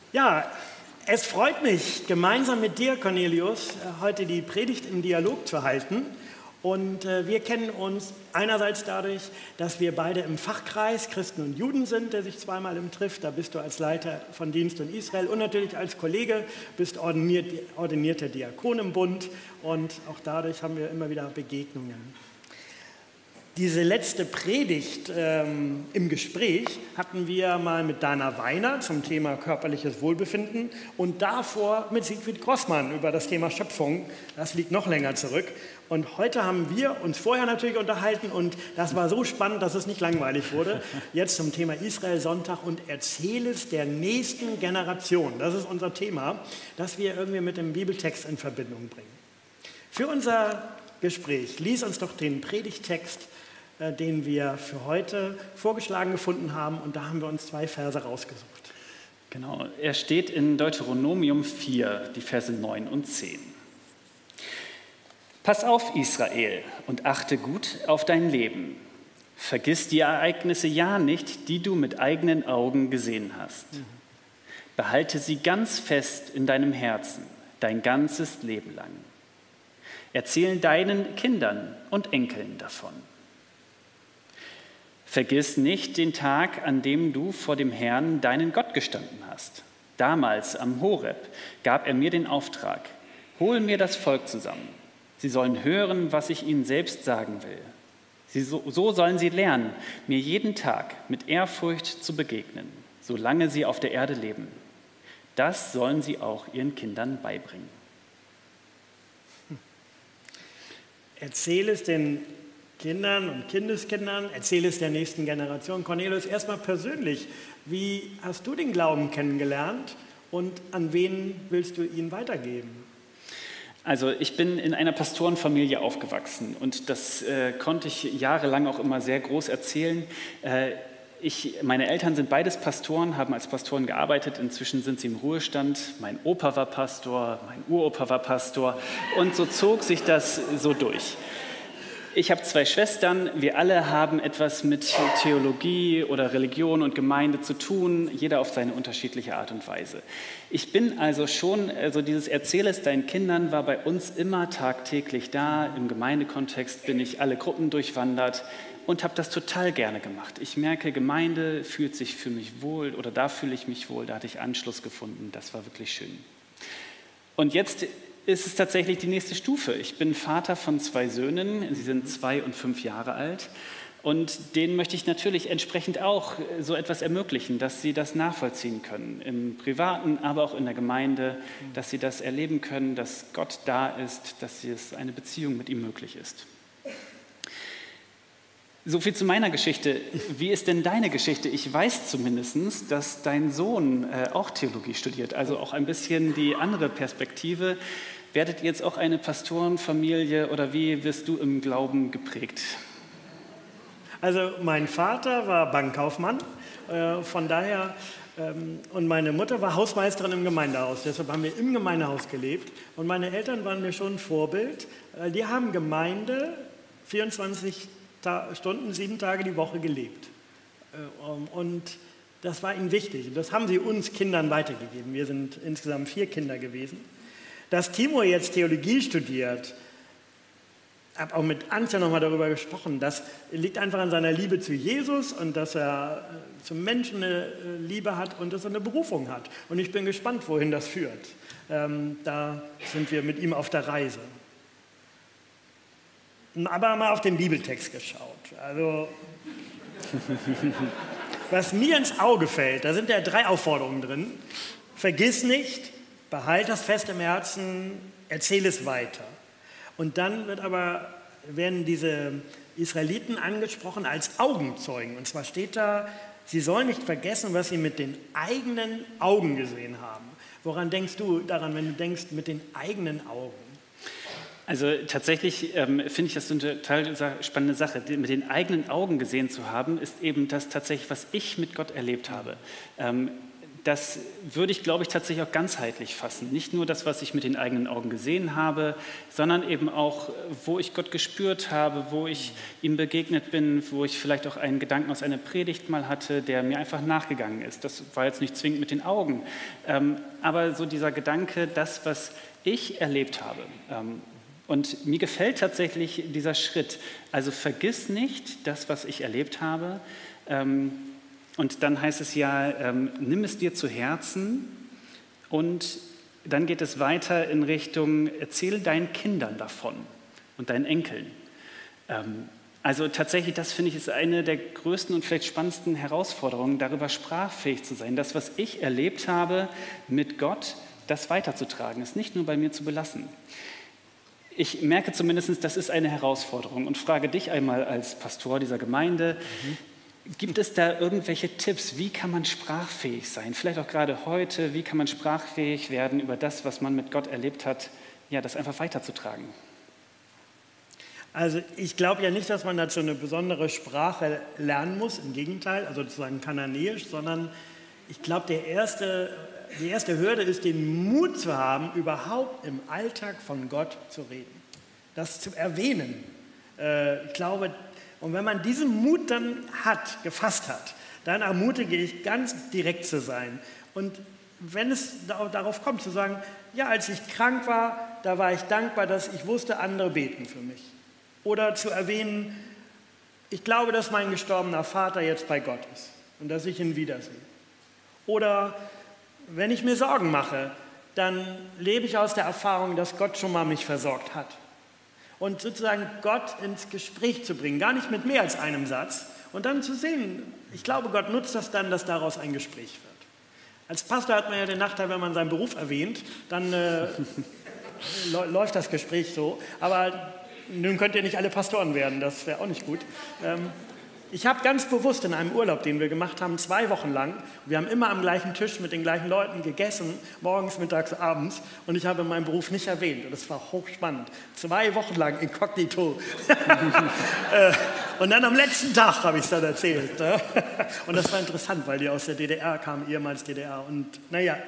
Ja, es freut mich, gemeinsam mit dir, Cornelius, heute die Predigt im Dialog zu halten. Und wir kennen uns einerseits dadurch, dass wir beide im Fachkreis Christen und Juden sind, der sich zweimal trifft. Da bist du als Leiter von Dienst in Israel und natürlich als Kollege bist ordinierter Diakon im Bund. Und auch dadurch haben wir immer wieder Begegnungen. Diese letzte Predigt im Gespräch hatten wir mal mit Dana Weiner zum Thema körperliches Wohlbefinden und davor mit Siegfried Grossmann über das Thema Schöpfung. Das liegt noch länger zurück. Und heute haben wir uns vorher natürlich unterhalten und das war so spannend, dass es nicht langweilig wurde. Jetzt zum Thema Israel-Sonntag und erzähle es der nächsten Generation. Das ist unser Thema, das wir irgendwie mit dem Bibeltext in Verbindung bringen. Für unser Gespräch lies uns doch den Predigttext, den wir für heute vorgeschlagen gefunden haben. Und da haben wir uns 2 Verse rausgesucht. Genau, er steht in Deuteronomium 4, die Verse 9 und 10. Pass auf, Israel, und achte gut auf dein Leben. Vergiss die Ereignisse ja nicht, die du mit eigenen Augen gesehen hast. Behalte sie ganz fest in deinem Herzen, dein ganzes Leben lang. Erzähle deinen Kindern und Enkeln davon. Vergiss nicht den Tag, an dem du vor dem Herrn, deinen Gott, gestanden hast. Damals am Horeb gab er mir den Auftrag: Hol mir das Volk zusammen. Sie sollen hören, was ich ihnen selbst sagen will. So sollen sie lernen, mir jeden Tag mit Ehrfurcht zu begegnen, solange sie auf der Erde leben. Das sollen sie auch ihren Kindern beibringen. Erzähle es den Kindern und Kindeskindern, erzähle es der nächsten Generation. Cornelius, erstmal persönlich, wie hast du den Glauben kennengelernt und an wen willst du ihn weitergeben? Also ich bin in einer Pastorenfamilie aufgewachsen und das konnte ich jahrelang auch immer sehr groß erzählen. Meine Eltern sind beides Pastoren, haben als Pastoren gearbeitet, inzwischen sind sie im Ruhestand. Mein Opa war Pastor, mein Uropa war Pastor und so zog sich das so durch. Ich habe 2 Schwestern, wir alle haben etwas mit Theologie oder Religion und Gemeinde zu tun, jeder auf seine unterschiedliche Art und Weise. Ich bin also schon, dieses Erzähle es deinen Kindern war bei uns immer tagtäglich da. Im Gemeindekontext bin ich alle Gruppen durchwandert und habe das total gerne gemacht. Ich merke, Gemeinde fühlt sich für mich wohl oder da fühle ich mich wohl, da hatte ich Anschluss gefunden, das war wirklich schön. Und jetzt ist es tatsächlich die nächste Stufe. Ich bin Vater von 2 Söhnen, sie sind 2 und 5 Jahre alt und denen möchte ich natürlich entsprechend auch so etwas ermöglichen, dass sie das nachvollziehen können, im Privaten, aber auch in der Gemeinde, dass sie das erleben können, dass Gott da ist, dass eine Beziehung mit ihm möglich ist. So viel zu meiner Geschichte. Wie ist denn deine Geschichte? Ich weiß zumindest, dass dein Sohn auch Theologie studiert, also auch ein bisschen die andere Perspektive. Werdet ihr jetzt auch eine Pastorenfamilie oder wie wirst du im Glauben geprägt? Also mein Vater war Bankkaufmann, von daher, und meine Mutter war Hausmeisterin im Gemeindehaus. Deshalb haben wir im Gemeindehaus gelebt und meine Eltern waren mir schon ein Vorbild. Die haben Gemeinde 24 Stunden, 7 Tage die Woche gelebt. Und das war ihnen wichtig. Und das haben sie uns Kindern weitergegeben. Wir sind insgesamt 4 Kinder gewesen. Dass Timo jetzt Theologie studiert, habe auch mit Antje nochmal darüber gesprochen, das liegt einfach an seiner Liebe zu Jesus und dass er zum Menschen eine Liebe hat und dass er eine Berufung hat. Und ich bin gespannt, wohin das führt. Da sind wir mit ihm auf der Reise. Aber mal auf den Bibeltext geschaut. Also, was mir ins Auge fällt, da sind ja 3 Aufforderungen drin. Vergiss nicht, behalt das fest im Herzen, erzähle es weiter. Und dann werden diese Israeliten angesprochen als Augenzeugen. Und zwar steht da, sie sollen nicht vergessen, was sie mit den eigenen Augen gesehen haben. Woran denkst du daran, wenn du denkst, mit den eigenen Augen? Also tatsächlich finde ich das so eine total spannende Sache. Mit den eigenen Augen gesehen zu haben, ist eben das tatsächlich, was ich mit Gott erlebt habe. das würde ich, glaube ich, tatsächlich auch ganzheitlich fassen. Nicht nur das, was ich mit den eigenen Augen gesehen habe, sondern eben auch, wo ich Gott gespürt habe, wo ich ihm begegnet bin, wo ich vielleicht auch einen Gedanken aus einer Predigt mal hatte, der mir einfach nachgegangen ist. Das war jetzt nicht zwingend mit den Augen, aber so dieser Gedanke, das, was ich erlebt habe. Und mir gefällt tatsächlich dieser Schritt. Also vergiss nicht das, was ich erlebt habe. Und dann heißt es ja, nimm es dir zu Herzen. Und dann geht es weiter in Richtung, erzähle deinen Kindern davon und deinen Enkeln. Also tatsächlich, das finde ich, ist eine der größten und vielleicht spannendsten Herausforderungen, darüber sprachfähig zu sein. Das, was ich erlebt habe mit Gott, das weiterzutragen, es nicht nur bei mir zu belassen. Ich merke zumindest, das ist eine Herausforderung und frage dich einmal als Pastor dieser Gemeinde, gibt es da irgendwelche Tipps, wie kann man sprachfähig sein? Vielleicht auch gerade heute, wie kann man sprachfähig werden über das, was man mit Gott erlebt hat, ja, das einfach weiterzutragen? Also ich glaube ja nicht, dass man dazu eine besondere Sprache lernen muss, im Gegenteil, also sozusagen Kananäisch, sondern ich glaube, die erste Hürde ist, den Mut zu haben, überhaupt im Alltag von Gott zu reden, das zu erwähnen. Ich glaube, und wenn man diesen Mut dann gefasst hat, dann ermutige ich, ganz direkt zu sein. Und wenn es darauf kommt, zu sagen, ja, als ich krank war, da war ich dankbar, dass ich wusste, andere beten für mich. Oder zu erwähnen, ich glaube, dass mein gestorbener Vater jetzt bei Gott ist und dass ich ihn wiedersehe. Oder wenn ich mir Sorgen mache, dann lebe ich aus der Erfahrung, dass Gott schon mal mich versorgt hat. Und sozusagen Gott ins Gespräch zu bringen, gar nicht mit mehr als einem Satz. Und dann zu sehen, ich glaube, Gott nutzt das dann, dass daraus ein Gespräch wird. Als Pastor hat man ja den Nachteil, wenn man seinen Beruf erwähnt, dann läuft das Gespräch so. Aber nun könnt ihr nicht alle Pastoren werden, das wäre auch nicht gut. Ich habe ganz bewusst in einem Urlaub, den wir gemacht haben, 2 Wochen lang, wir haben immer am gleichen Tisch mit den gleichen Leuten gegessen, morgens, mittags, abends, und ich habe meinen Beruf nicht erwähnt. Und das war hochspannend. 2 Wochen lang inkognito. Und dann am letzten Tag habe ich es dann erzählt. Ne? Und das war interessant, weil die aus der DDR kamen, ehemals DDR. Und naja,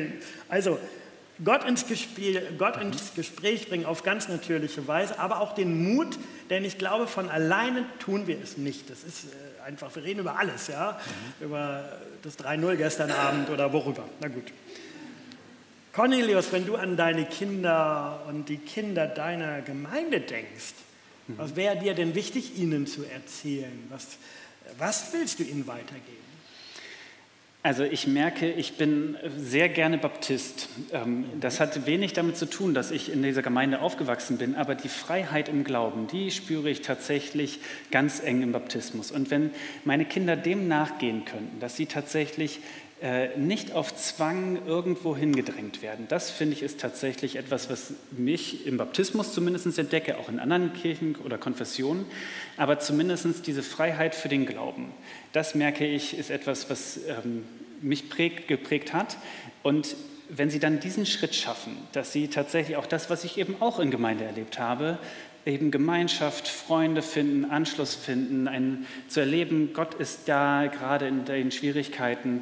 Gott ins Gespräch bringen auf ganz natürliche Weise, aber auch den Mut, denn ich glaube, von alleine tun wir es nicht. Das ist einfach, wir reden über alles, ja, über das 3-0 gestern Abend oder worüber. Na gut. Cornelius, wenn du an deine Kinder und die Kinder deiner Gemeinde denkst, was wäre dir denn wichtig, ihnen zu erzählen? Was willst du ihnen weitergeben? Also ich merke, ich bin sehr gerne Baptist. Das hat wenig damit zu tun, dass ich in dieser Gemeinde aufgewachsen bin, aber die Freiheit im Glauben, die spüre ich tatsächlich ganz eng im Baptismus. Und wenn meine Kinder dem nachgehen könnten, dass sie tatsächlich nicht auf Zwang irgendwo hingedrängt werden, das finde ich ist tatsächlich etwas, was mich im Baptismus zumindest entdecke, auch in anderen Kirchen oder Konfessionen, aber zumindest diese Freiheit für den Glauben. Das merke ich, ist etwas, was mich geprägt hat. Und wenn sie dann diesen Schritt schaffen, dass sie tatsächlich auch das, was ich eben auch in Gemeinde erlebt habe, eben Gemeinschaft, Freunde finden, Anschluss finden, zu erleben, Gott ist da, gerade in den Schwierigkeiten,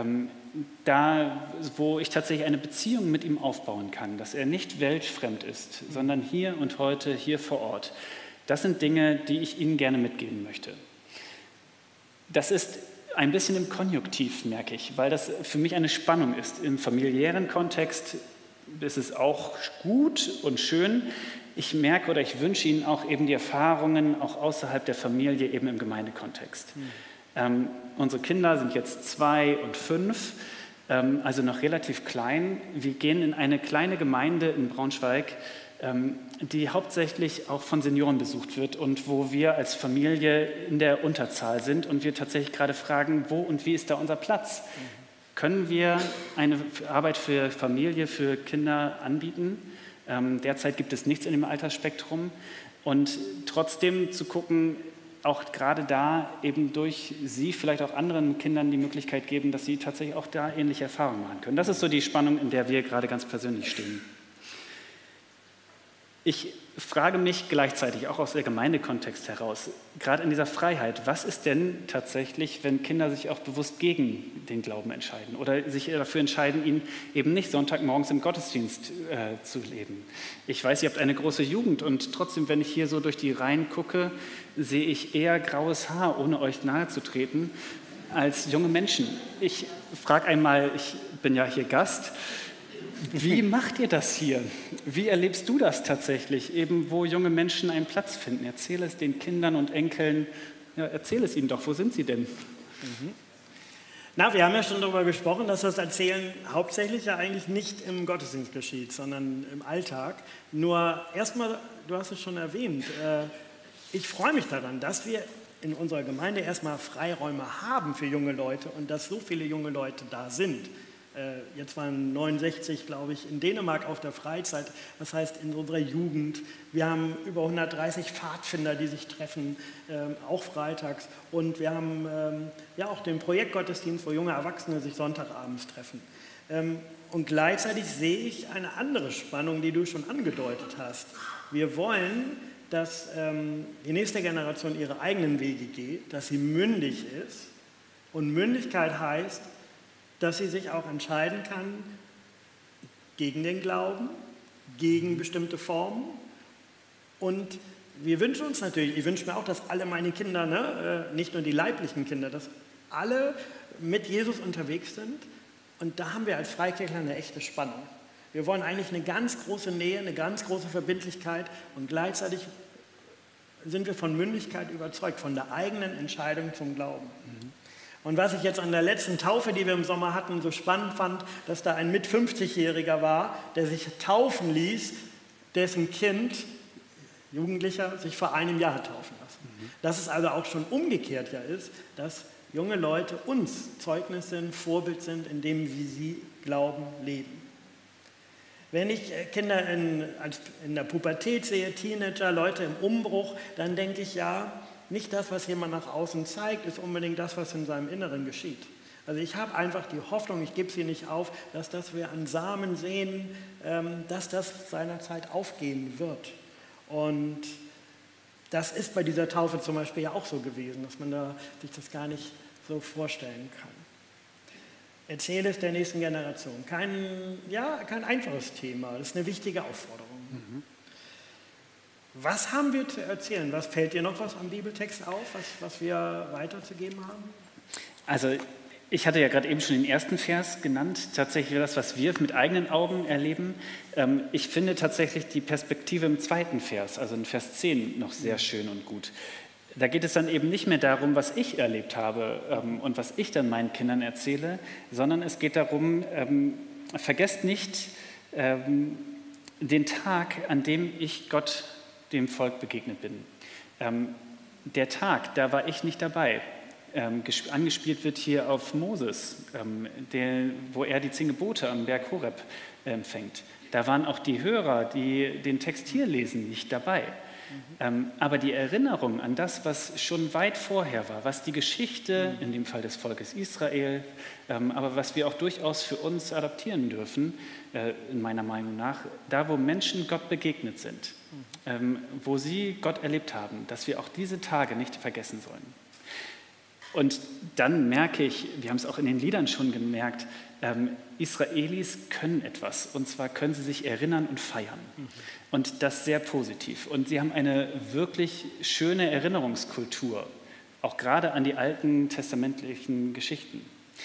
da, wo ich tatsächlich eine Beziehung mit ihm aufbauen kann, dass er nicht weltfremd ist, sondern hier und heute, hier vor Ort. Das sind Dinge, die ich Ihnen gerne mitgeben möchte. Das ist ein bisschen im Konjunktiv, merke ich, weil das für mich eine Spannung ist. Im familiären Kontext ist es auch gut und schön. Ich merke oder ich wünsche Ihnen auch eben die Erfahrungen auch außerhalb der Familie, eben im Gemeindekontext. Unsere Kinder sind jetzt 2 und 5, also noch relativ klein. Wir gehen in eine kleine Gemeinde in Braunschweig, die hauptsächlich auch von Senioren besucht wird und wo wir als Familie in der Unterzahl sind und wir tatsächlich gerade fragen, wo und wie ist da unser Platz? Können wir eine Arbeit für Familie, für Kinder anbieten? Derzeit gibt es nichts in dem Altersspektrum und trotzdem zu gucken, auch gerade da eben durch sie vielleicht auch anderen Kindern die Möglichkeit geben, dass sie tatsächlich auch da ähnliche Erfahrungen machen können. Das ist so die Spannung, in der wir gerade ganz persönlich stehen. Ich frage mich gleichzeitig auch aus der Gemeindekontext heraus, gerade in dieser Freiheit, was ist denn tatsächlich, wenn Kinder sich auch bewusst gegen den Glauben entscheiden oder sich dafür entscheiden, ihn eben nicht Sonntagmorgens im Gottesdienst zu leben? Ich weiß, ihr habt eine große Jugend und trotzdem, wenn ich hier so durch die Reihen gucke, sehe ich eher graues Haar, ohne euch nahe zu treten, als junge Menschen. Ich frage einmal, ich bin ja hier Gast, wie macht ihr das hier? Wie erlebst du das tatsächlich, eben wo junge Menschen einen Platz finden? Erzähl es den Kindern und Enkeln, ja, erzähl es ihnen doch, wo sind sie denn? Na, wir haben ja schon darüber gesprochen, dass das Erzählen hauptsächlich ja eigentlich nicht im Gottesdienst geschieht, sondern im Alltag. Nur erstmal, du hast es schon erwähnt, ich freue mich daran, dass wir in unserer Gemeinde erstmal Freiräume haben für junge Leute und dass so viele junge Leute da sind. Jetzt waren 69, glaube ich, in Dänemark auf der Freizeit, das heißt in unserer Jugend. Wir haben über 130 Pfadfinder, die sich treffen, auch freitags. Und wir haben ja auch den Projektgottesdienst, wo junge Erwachsene sich sonntagabends treffen. Und gleichzeitig sehe ich eine andere Spannung, die du schon angedeutet hast. Wir wollen, dass die nächste Generation ihre eigenen Wege geht, dass sie mündig ist. Und Mündigkeit heißt, dass sie sich auch entscheiden kann gegen den Glauben, gegen bestimmte Formen. Und wir wünschen uns natürlich, ich wünsche mir auch, dass alle meine Kinder, nicht nur die leiblichen Kinder, dass alle mit Jesus unterwegs sind. Und da haben wir als Freikirchler eine echte Spannung. Wir wollen eigentlich eine ganz große Nähe, eine ganz große Verbindlichkeit und gleichzeitig sind wir von Mündigkeit überzeugt, von der eigenen Entscheidung zum Glauben. Und was ich jetzt an der letzten Taufe, die wir im Sommer hatten, so spannend fand, dass da ein Mit-50-Jähriger war, der sich taufen ließ, dessen Kind, Jugendlicher, sich vor einem Jahr hat taufen lassen. Dass es also auch schon umgekehrt ja ist, dass junge Leute uns Zeugnis sind, Vorbild sind, in dem, wie sie Glauben leben. Wenn ich Kinder in der Pubertät sehe, Teenager, Leute im Umbruch, dann denke ich, ja, nicht das, was jemand nach außen zeigt, ist unbedingt das, was in seinem Inneren geschieht. Also ich habe einfach die Hoffnung, ich gebe sie nicht auf, dass das wir an Samen sehen, dass das seinerzeit aufgehen wird. Und das ist bei dieser Taufe zum Beispiel ja auch so gewesen, dass man sich das gar nicht so vorstellen kann. Erzähle es der nächsten Generation. Kein einfaches Thema, das ist eine wichtige Aufforderung. Was haben wir zu erzählen? Was fällt dir noch was am Bibeltext auf, was wir weiterzugeben haben? Also ich hatte ja gerade eben schon den ersten Vers genannt, tatsächlich das, was wir mit eigenen Augen erleben. Ich finde tatsächlich die Perspektive im zweiten Vers, also in Vers 10, noch sehr schön und gut. Da geht es dann eben nicht mehr darum, was ich erlebt habe und was ich dann meinen Kindern erzähle, sondern es geht darum, vergesst nicht den Tag, an dem ich Gott dem Volk begegnet bin. Der Tag, da war ich nicht dabei. Angespielt wird hier auf Moses, wo er die 10 Gebote am Berg Horeb empfängt. Da waren auch die Hörer, die den Text hier lesen, nicht dabei. Aber die Erinnerung an das, was schon weit vorher war, was die Geschichte, in dem Fall des Volkes Israel, aber was wir auch durchaus für uns adaptieren dürfen, in meiner Meinung nach, da wo Menschen Gott begegnet sind, wo sie Gott erlebt haben, dass wir auch diese Tage nicht vergessen sollen. Und dann merke ich, wir haben es auch in den Liedern schon gemerkt, Israelis können etwas, und zwar können sie sich erinnern und feiern. Und das sehr positiv. Und sie haben eine wirklich schöne Erinnerungskultur, auch gerade an die alten testamentlichen Geschichten.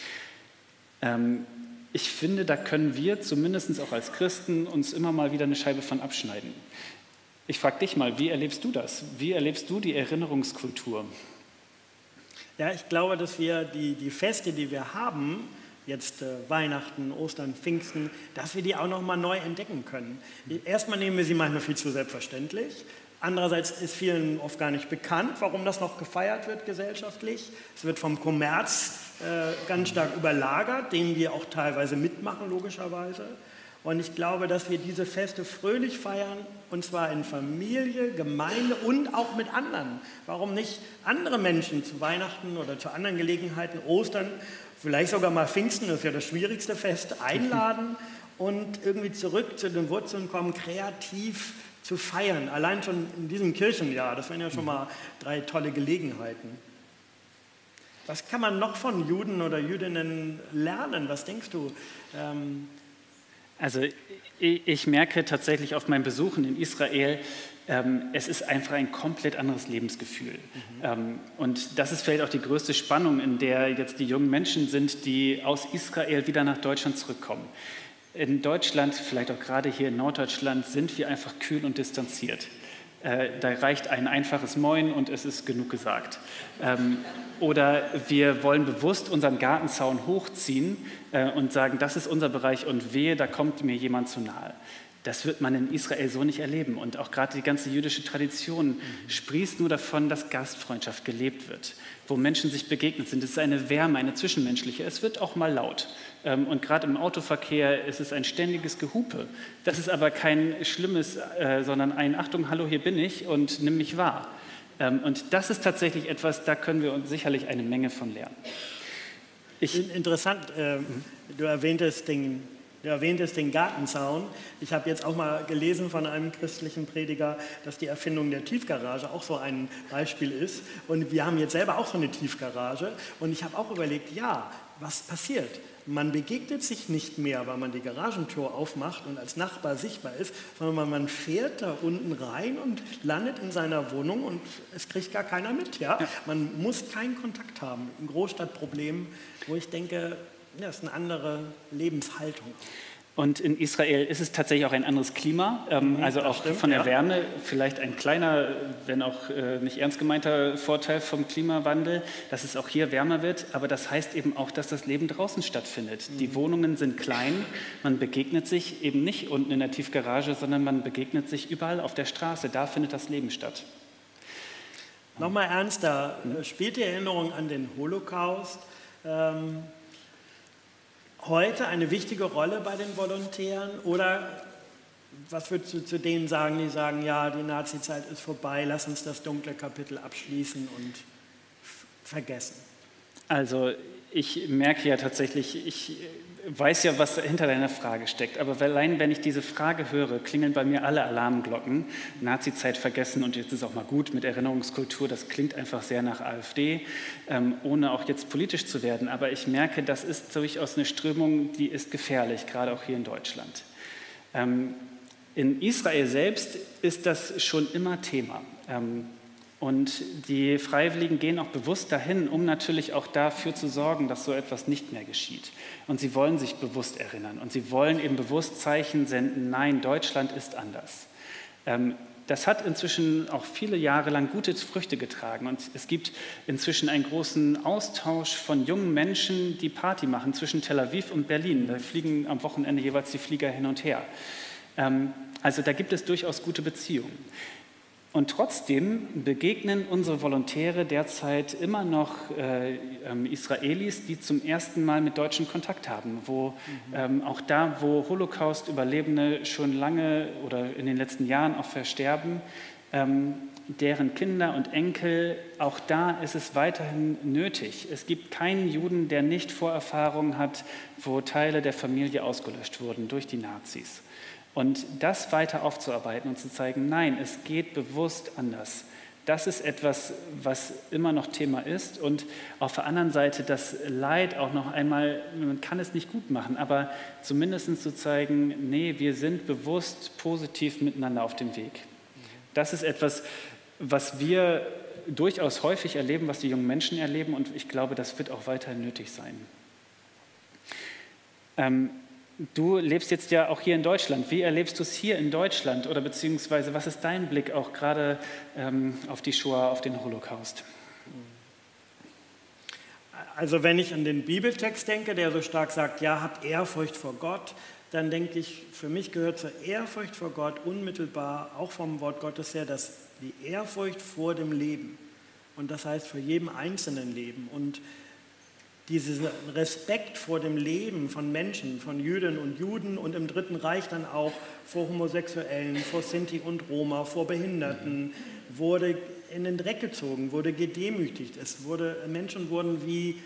Ich finde, da können wir zumindest auch als Christen uns immer mal wieder eine Scheibe von abschneiden. Ich frage dich mal, wie erlebst du das? Wie erlebst du die Erinnerungskultur? Ja, ich glaube, dass wir die Feste, die wir haben, jetzt Weihnachten, Ostern, Pfingsten, dass wir die auch noch mal neu entdecken können. Erstmal nehmen wir sie manchmal viel zu selbstverständlich. Andererseits ist vielen oft gar nicht bekannt, warum das noch gefeiert wird gesellschaftlich. Es wird vom Kommerz ganz stark überlagert, den wir auch teilweise mitmachen, logischerweise. Und ich glaube, dass wir diese Feste fröhlich feiern, und zwar in Familie, Gemeinde und auch mit anderen. Warum nicht andere Menschen zu Weihnachten oder zu anderen Gelegenheiten, Ostern, vielleicht sogar mal Pfingsten, das ist ja das schwierigste Fest, einladen und irgendwie zurück zu den Wurzeln kommen, kreativ zu feiern, allein schon in diesem Kirchenjahr. Das wären ja schon mal 3 tolle Gelegenheiten. Was kann man noch von Juden oder Jüdinnen lernen? Was denkst du? Also ich merke tatsächlich auf meinen Besuchen in Israel, es ist einfach ein komplett anderes Lebensgefühl. Und das ist vielleicht auch die größte Spannung, in der jetzt die jungen Menschen sind, die aus Israel wieder nach Deutschland zurückkommen. In Deutschland, vielleicht auch gerade hier in Norddeutschland, sind wir einfach kühl und distanziert. Da reicht ein einfaches Moin und es ist genug gesagt. Oder wir wollen bewusst unseren Gartenzaun hochziehen und sagen, das ist unser Bereich und wehe, da kommt mir jemand zu nahe. Das wird man in Israel so nicht erleben. Und auch gerade die ganze jüdische Tradition sprießt nur davon, dass Gastfreundschaft gelebt wird, wo Menschen sich begegnet sind. Es ist eine Wärme, eine zwischenmenschliche. Es wird auch mal laut. Und gerade im Autoverkehr ist es ein ständiges Gehupe. Das ist aber kein schlimmes, sondern ein Achtung, hallo, hier bin ich und nimm mich wahr. Und das ist tatsächlich etwas, da können wir uns sicherlich eine Menge von lernen. Interessant, du erwähntest den Gartenzaun. Ich habe jetzt auch mal gelesen von einem christlichen Prediger, dass die Erfindung der Tiefgarage auch so ein Beispiel ist. Und wir haben jetzt selber auch so eine Tiefgarage. Und ich habe auch überlegt, ja, was passiert? Man begegnet sich nicht mehr, weil man die Garagentür aufmacht und als Nachbar sichtbar ist, sondern man fährt da unten rein und landet in seiner Wohnung und es kriegt gar keiner mit. Ja? Man muss keinen Kontakt haben. Ein Großstadtproblem, wo ich denke, ja, das ist eine andere Lebenshaltung. Und in Israel ist es tatsächlich auch ein anderes Klima, also auch stimmt, von der Wärme vielleicht ein kleiner, wenn auch nicht ernst gemeinter Vorteil vom Klimawandel, dass es auch hier wärmer wird, aber das heißt eben auch, dass das Leben draußen stattfindet. Die Wohnungen sind klein, man begegnet sich eben nicht unten in der Tiefgarage, sondern man begegnet sich überall auf der Straße, da findet das Leben statt. Nochmal ernster, spielt die Erinnerung an den Holocaust heute eine wichtige Rolle bei den Volontären? Oder was würdest du zu denen sagen, die sagen, ja, die Nazi-Zeit ist vorbei, lass uns das dunkle Kapitel abschließen und vergessen? Also ich merke ja tatsächlich, ich weiß ja, was hinter deiner Frage steckt, aber allein wenn ich diese Frage höre, klingeln bei mir alle Alarmglocken. Nazi-Zeit vergessen und jetzt ist auch mal gut mit Erinnerungskultur, das klingt einfach sehr nach AfD, ohne auch jetzt politisch zu werden. Aber ich merke, das ist durchaus eine Strömung, die ist gefährlich, gerade auch hier in Deutschland. In Israel selbst ist das schon immer Thema. Und die Freiwilligen gehen auch bewusst dahin, um natürlich auch dafür zu sorgen, dass so etwas nicht mehr geschieht. Und sie wollen sich bewusst erinnern und sie wollen eben bewusst Zeichen senden, nein, Deutschland ist anders. Das hat inzwischen auch viele Jahre lang gute Früchte getragen und es gibt inzwischen einen großen Austausch von jungen Menschen, die Party machen zwischen Tel Aviv und Berlin. Da fliegen am Wochenende jeweils die Flieger hin und her. Also da gibt es durchaus gute Beziehungen. Und trotzdem begegnen unsere Volontäre derzeit immer noch Israelis, die zum ersten Mal mit Deutschen Kontakt haben, wo auch da, wo Holocaust-Überlebende schon lange oder in den letzten Jahren auch versterben, deren Kinder und Enkel, auch da ist es weiterhin nötig. Es gibt keinen Juden, der nicht Vorerfahrungen hat, wo Teile der Familie ausgelöscht wurden durch die Nazis. Und das weiter aufzuarbeiten und zu zeigen, nein, es geht bewusst anders. Das ist etwas, was immer noch Thema ist. Und auf der anderen Seite das Leid auch noch einmal, man kann es nicht gut machen, aber zumindest zu zeigen, nee, wir sind bewusst positiv miteinander auf dem Weg. Das ist etwas, was wir durchaus häufig erleben, was die jungen Menschen erleben. Und ich glaube, das wird auch weiterhin nötig sein. Du lebst jetzt ja auch hier in Deutschland. Wie erlebst du es hier in Deutschland? Oder beziehungsweise, was ist dein Blick auch gerade auf die Shoah, auf den Holocaust? Also wenn ich an den Bibeltext denke, der so stark sagt, ja, habt Ehrfurcht vor Gott, dann denke ich, für mich gehört zur Ehrfurcht vor Gott unmittelbar, auch vom Wort Gottes her, die Ehrfurcht vor dem Leben. Und das heißt vor jedem einzelnen Leben. Und diesen Respekt vor dem Leben von Menschen, von Jüdinnen und Juden und im Dritten Reich dann auch vor Homosexuellen, vor Sinti und Roma, vor Behinderten, wurde in den Dreck gezogen, wurde gedemütigt. Menschen wurden wie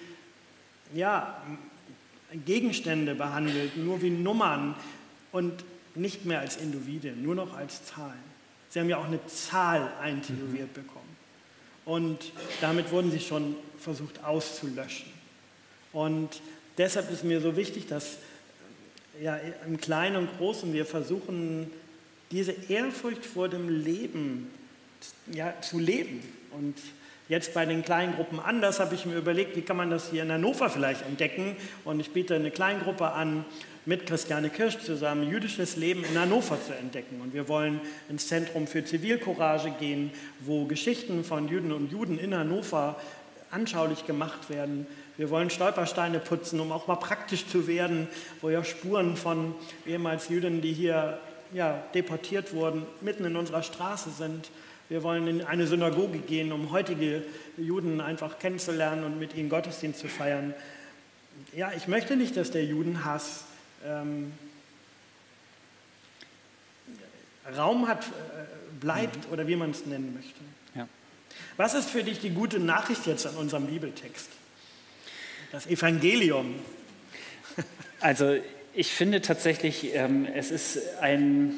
Gegenstände behandelt, nur wie Nummern und nicht mehr als Individuen, nur noch als Zahlen. Sie haben ja auch eine Zahl eintätowiert bekommen. Und damit wurden sie schon versucht auszulöschen. Und deshalb ist mir so wichtig, dass ja, im Kleinen und Großen wir versuchen, diese Ehrfurcht vor dem Leben zu leben. Und jetzt bei den Kleingruppen anders habe ich mir überlegt, wie kann man das hier in Hannover vielleicht entdecken. Und ich biete eine Kleingruppe an, mit Christiane Kirsch zusammen jüdisches Leben in Hannover zu entdecken. Und wir wollen ins Zentrum für Zivilcourage gehen, wo Geschichten von Jüdinnen und Juden in Hannover anschaulich gemacht werden. Wir wollen Stolpersteine putzen, um auch mal praktisch zu werden, wo ja Spuren von ehemals Jüdinnen, die hier deportiert wurden, mitten in unserer Straße sind. Wir wollen in eine Synagoge gehen, um heutige Juden einfach kennenzulernen und mit ihnen Gottesdienst zu feiern. Ja, ich möchte nicht, dass der Judenhass Raum hat, bleibt oder wie man es nennen möchte. Ja. Was ist für dich die gute Nachricht jetzt an unserem Bibeltext? Das Evangelium. Also ich finde tatsächlich, es ist eine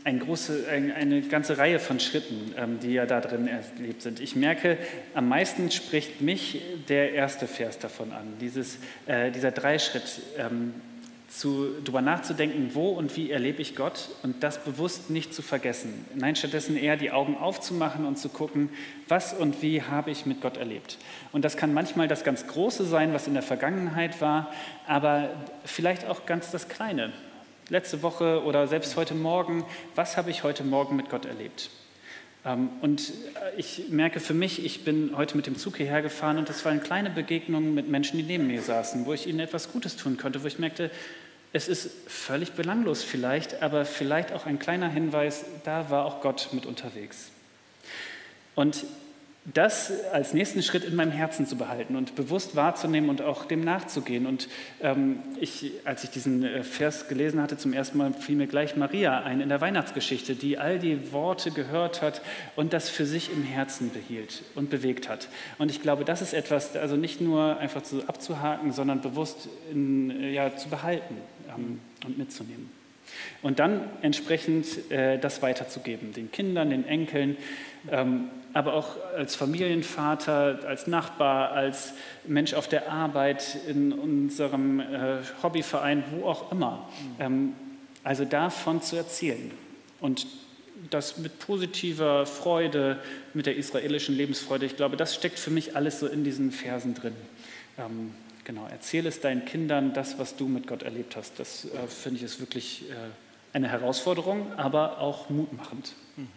ganze Reihe von Schritten, die ja da drin erlebt sind. Ich merke, am meisten spricht mich der erste Vers davon an, dieser Dreischritt, darüber nachzudenken, wo und wie erlebe ich Gott und das bewusst nicht zu vergessen. Nein, stattdessen eher die Augen aufzumachen und zu gucken, was und wie habe ich mit Gott erlebt. Und das kann manchmal das ganz Große sein, was in der Vergangenheit war, aber vielleicht auch ganz das Kleine. Letzte Woche oder selbst heute Morgen, was habe ich heute Morgen mit Gott erlebt? Und ich merke für mich, ich bin heute mit dem Zug hierher gefahren und das waren kleine Begegnungen mit Menschen, die neben mir saßen, wo ich ihnen etwas Gutes tun konnte, wo ich merkte, es ist völlig belanglos vielleicht, aber vielleicht auch ein kleiner Hinweis, da war auch Gott mit unterwegs. Und das als nächsten Schritt in meinem Herzen zu behalten und bewusst wahrzunehmen und auch dem nachzugehen. Und als ich diesen Vers gelesen hatte, zum ersten Mal fiel mir gleich Maria ein in der Weihnachtsgeschichte, die all die Worte gehört hat und das für sich im Herzen behielt und bewegt hat. Und ich glaube, das ist etwas, also nicht nur einfach so abzuhaken, sondern bewusst zu behalten und mitzunehmen. Und dann entsprechend das weiterzugeben, den Kindern, den Enkeln, aber auch als Familienvater, als Nachbar, als Mensch auf der Arbeit, in unserem Hobbyverein, wo auch immer. Also davon zu erzählen und das mit positiver Freude, mit der israelischen Lebensfreude. Ich glaube, das steckt für mich alles so in diesen Versen drin. Genau, erzähle es deinen Kindern, das, was du mit Gott erlebt hast. Das finde ich ist wirklich eine Herausforderung, aber auch mutmachend.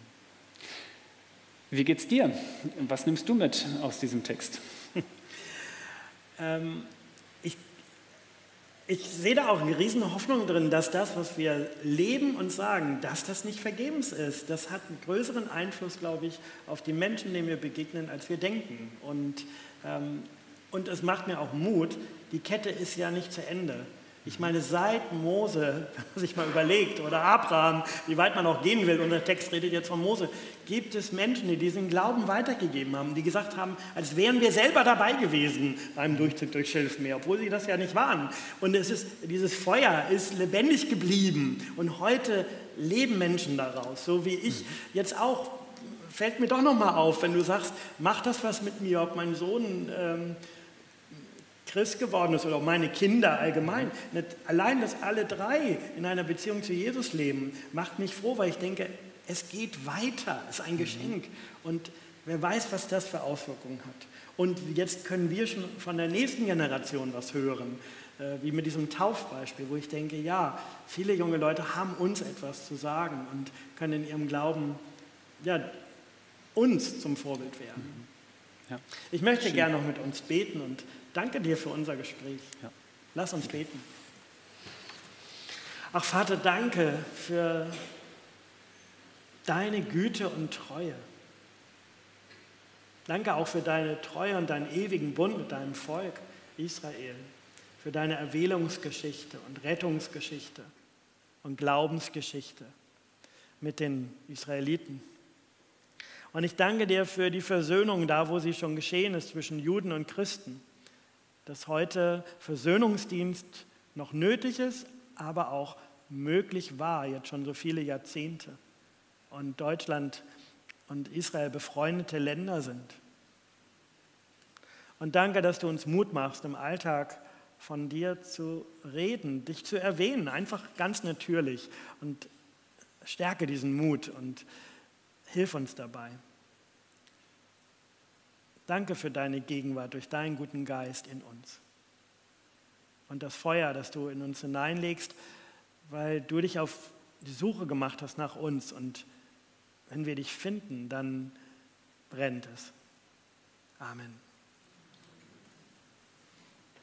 Wie geht's dir? Was nimmst du mit aus diesem Text? Ich sehe da auch eine riesen Hoffnung drin, dass das, was wir leben und sagen, dass das nicht vergebens ist. Das hat einen größeren Einfluss, glaube ich, auf die Menschen, denen wir begegnen, als wir denken. Und es macht mir auch Mut, die Kette ist ja nicht zu Ende. Ich meine, seit Mose, wenn man sich mal überlegt, oder Abraham, wie weit man auch gehen will, und der Text redet jetzt von Mose, gibt es Menschen, die diesen Glauben weitergegeben haben, die gesagt haben, als wären wir selber dabei gewesen beim Durchzug durch Schilfmeer, obwohl sie das ja nicht waren. Und dieses Feuer ist lebendig geblieben und heute leben Menschen daraus, so wie ich jetzt auch. Fällt mir doch nochmal auf, wenn du sagst, mach das was mit mir, ob mein Sohn Christ geworden ist oder auch meine Kinder allgemein. Allein, dass alle drei in einer Beziehung zu Jesus leben, macht mich froh, weil ich denke, es geht weiter, es ist ein Geschenk. Und wer weiß, was das für Auswirkungen hat. Und jetzt können wir schon von der nächsten Generation was hören, wie mit diesem Taufbeispiel, wo ich denke, ja, viele junge Leute haben uns etwas zu sagen und können in ihrem Glauben uns zum Vorbild werden. Ja. Ich möchte gerne noch mit uns beten und danke dir für unser Gespräch. Ja. Lass uns beten. Ach Vater, danke für deine Güte und Treue. Danke auch für deine Treue und deinen ewigen Bund mit deinem Volk Israel, für deine Erwählungsgeschichte und Rettungsgeschichte und Glaubensgeschichte mit den Israeliten. Und ich danke dir für die Versöhnung da, wo sie schon geschehen ist zwischen Juden und Christen, dass heute Versöhnungsdienst noch nötig ist, aber auch möglich war, jetzt schon so viele Jahrzehnte. und Deutschland und Israel befreundete Länder sind. Und danke, dass du uns Mut machst, im Alltag von dir zu reden, dich zu erwähnen, einfach ganz natürlich. Und stärke diesen Mut und hilf uns dabei. Danke für deine Gegenwart durch deinen guten Geist in uns. Und das Feuer, das du in uns hineinlegst, weil du dich auf die Suche gemacht hast nach uns. Und wenn wir dich finden, dann brennt es. Amen.